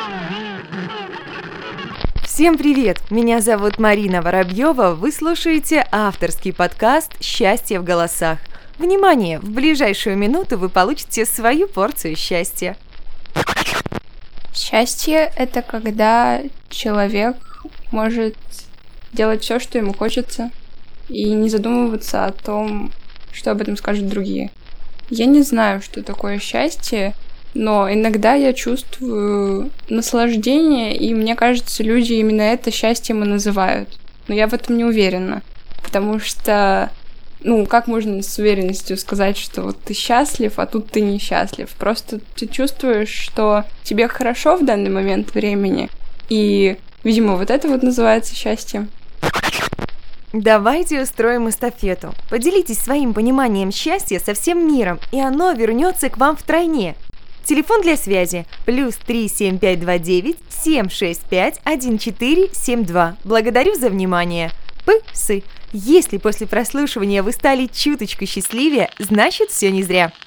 Всем привет! Меня зовут Марина Воробьева. Вы слушаете авторский подкаст «Счастье в голосах». Внимание! В ближайшую минуту вы получите свою порцию счастья. Счастье — это когда человек может делать все, что ему хочется, и не задумываться о том, что об этом скажут другие. Я не знаю, что такое счастье, но иногда я чувствую наслаждение, и мне кажется, люди именно это счастьем и называют. Но я в этом не уверена, потому что, как можно с уверенностью сказать, что вот ты счастлив, а тут ты несчастлив? Просто ты чувствуешь, что тебе хорошо в данный момент времени, и, видимо, вот это вот называется счастьем. Давайте устроим эстафету. Поделитесь своим пониманием счастья со всем миром, и оно вернется к вам втройне. Телефон для связи +3 7529 765 1472. Благодарю за внимание. Если после прослушивания вы стали чуточку счастливее, значит все не зря.